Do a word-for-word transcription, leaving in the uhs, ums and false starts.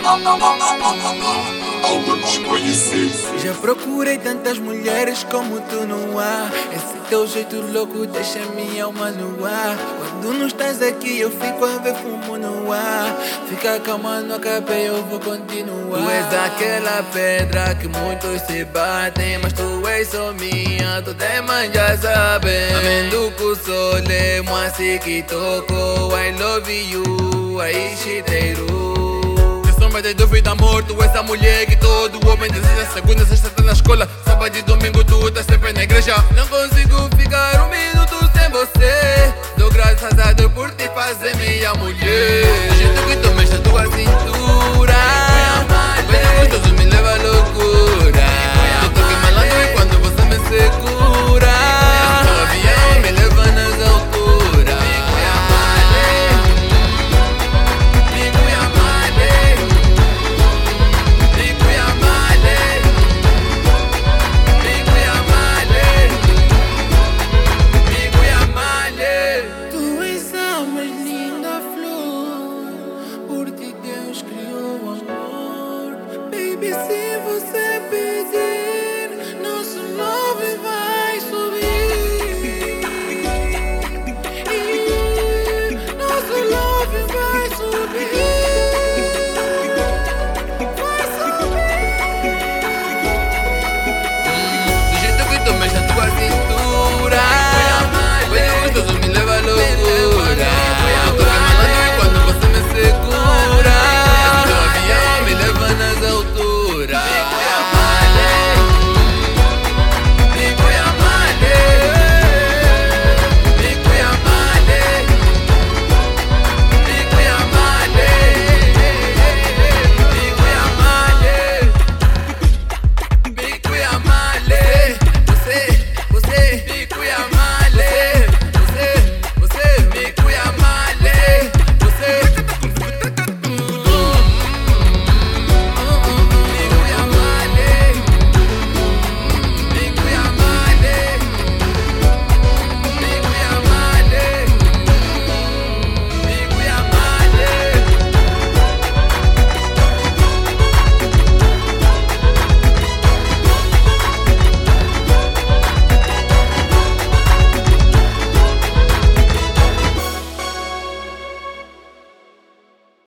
Algo desconhecido. Já procurei tantas mulheres como tu não há. Esse teu jeito louco deixa minha alma no ar. Quando não estás aqui eu fico a ver fumo no ar. Fica calma, não acabei, eu vou continuar. Tu és aquela pedra que muitos se batem, mas tu és só minha, tu demais já sabem. Amendo com o sole, moacir que tocou. I love you, aí chiteiro. Sombra de dúvida, amor, tu és a mulher que todo homem deseja. Segunda, sexta tá na escola, sábado e domingo tu tá sempre na igreja. Não consigo